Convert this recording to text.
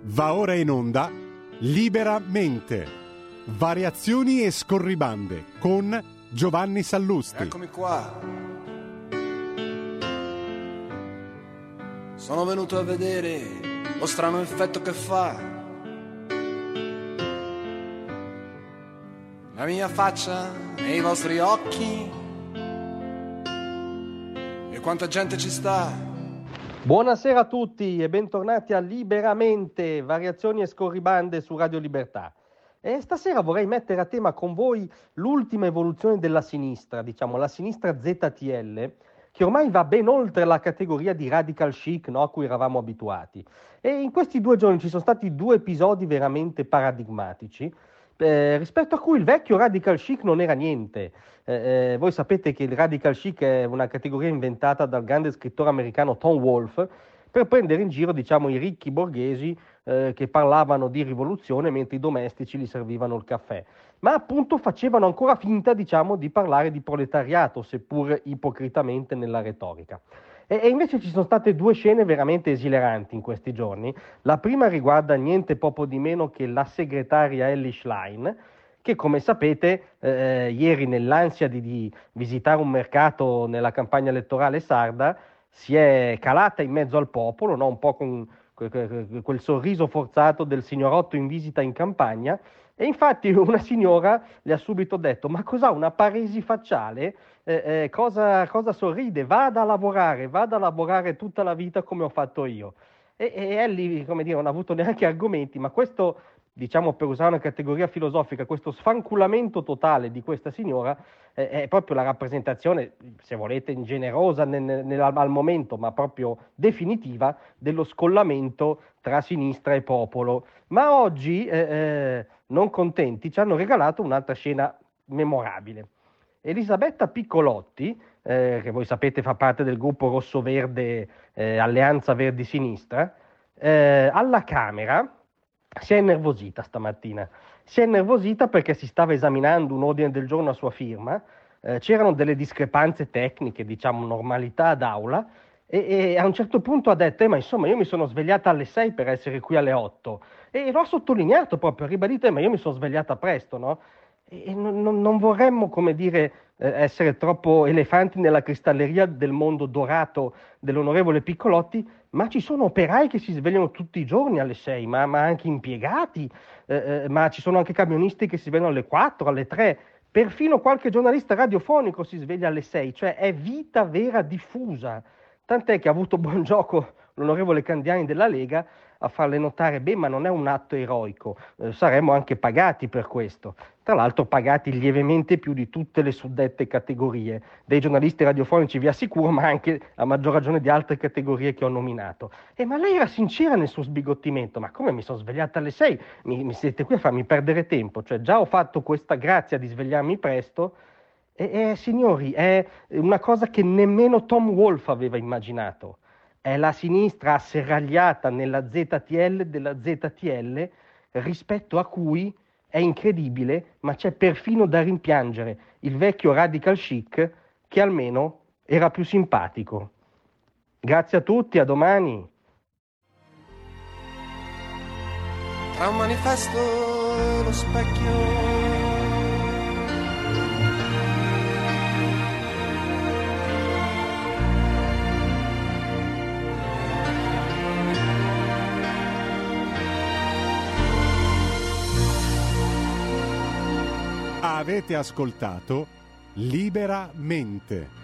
Va ora in onda Liberamente. Variazioni e scorribande con Giovanni Sallusti. Eccomi qua. Sono venuto a vedere lo strano effetto che fa la mia faccia nei vostri occhi e quanta gente ci sta. Buonasera a tutti e bentornati a Liberamente, variazioni e scorribande su Radio Libertà. E stasera vorrei mettere a tema con voi l'ultima evoluzione della sinistra, diciamo la sinistra ZTL, che ormai va ben oltre la categoria di radical chic, no, a cui eravamo abituati. E in questi 2 giorni ci sono stati 2 episodi veramente paradigmatici, rispetto a cui il vecchio radical chic non era niente. Voi sapete che il radical chic è una categoria inventata dal grande scrittore americano Tom Wolfe per prendere in giro, diciamo, i ricchi borghesi che parlavano di rivoluzione mentre i domestici gli servivano il caffè. Ma appunto facevano ancora finta, diciamo, di parlare di proletariato, seppur ipocritamente nella retorica. E invece ci sono state 2 scene veramente esileranti in questi giorni. La prima riguarda niente poco di meno che la segretaria Elly Schlein, che come sapete ieri nell'ansia di visitare un mercato nella campagna elettorale sarda si è calata in mezzo al popolo, no? Un po' con quel sorriso forzato del signorotto in visita in campagna, e infatti una signora le ha subito detto: ma cos'ha, una paresi facciale? Cosa sorride? Vada a lavorare tutta la vita come ho fatto io. E Elly, come dire, non ha avuto neanche argomenti, ma questo, diciamo, per usare una categoria filosofica, questo sfanculamento totale di questa signora è proprio la rappresentazione, se volete, ingenerosa al momento, ma proprio definitiva, dello scollamento tra sinistra e popolo. Ma oggi, non contenti, ci hanno regalato un'altra scena memorabile. Elisabetta Piccolotti, che voi sapete fa parte del gruppo rosso-verde Alleanza Verdi-Sinistra, alla Camera si è innervosita stamattina. Si è innervosita perché si stava esaminando un ordine del giorno a sua firma, c'erano delle discrepanze tecniche, diciamo normalità d'aula, e a un certo punto ha detto: ma insomma io mi sono svegliata alle 6 per essere qui alle 8, e lo ha sottolineato proprio, ha ribadito: ma io mi sono svegliata presto, no? E non vorremmo, come dire, essere troppo elefanti nella cristalleria del mondo dorato dell'onorevole Piccolotti, ma ci sono operai che si svegliano tutti i giorni alle 6, ma anche impiegati, ma ci sono anche camionisti che si svegliano alle 4, alle 3, perfino qualche giornalista radiofonico si sveglia alle 6, cioè è vita vera diffusa, tant'è che ha avuto buon gioco l'onorevole Candiani della Lega a farle notare: beh, ma non è un atto eroico, saremmo anche pagati per questo. Tra l'altro pagati lievemente più di tutte le suddette categorie, dei giornalisti radiofonici vi assicuro, ma anche a maggior ragione di altre categorie che ho nominato. Ma lei era sincera nel suo sbigottimento: ma come, mi sono svegliata alle 6? Mi siete qui a farmi perdere tempo, cioè già ho fatto questa grazia di svegliarmi presto. Signori, è una cosa che nemmeno Tom Wolfe aveva immaginato. È la sinistra asserragliata nella ZTL della ZTL, rispetto a cui è incredibile, ma c'è perfino da rimpiangere il vecchio radical chic, che almeno era più simpatico. Grazie a tutti, a domani. Tra un manifesto e lo specchio Avete ascoltato Liberamente.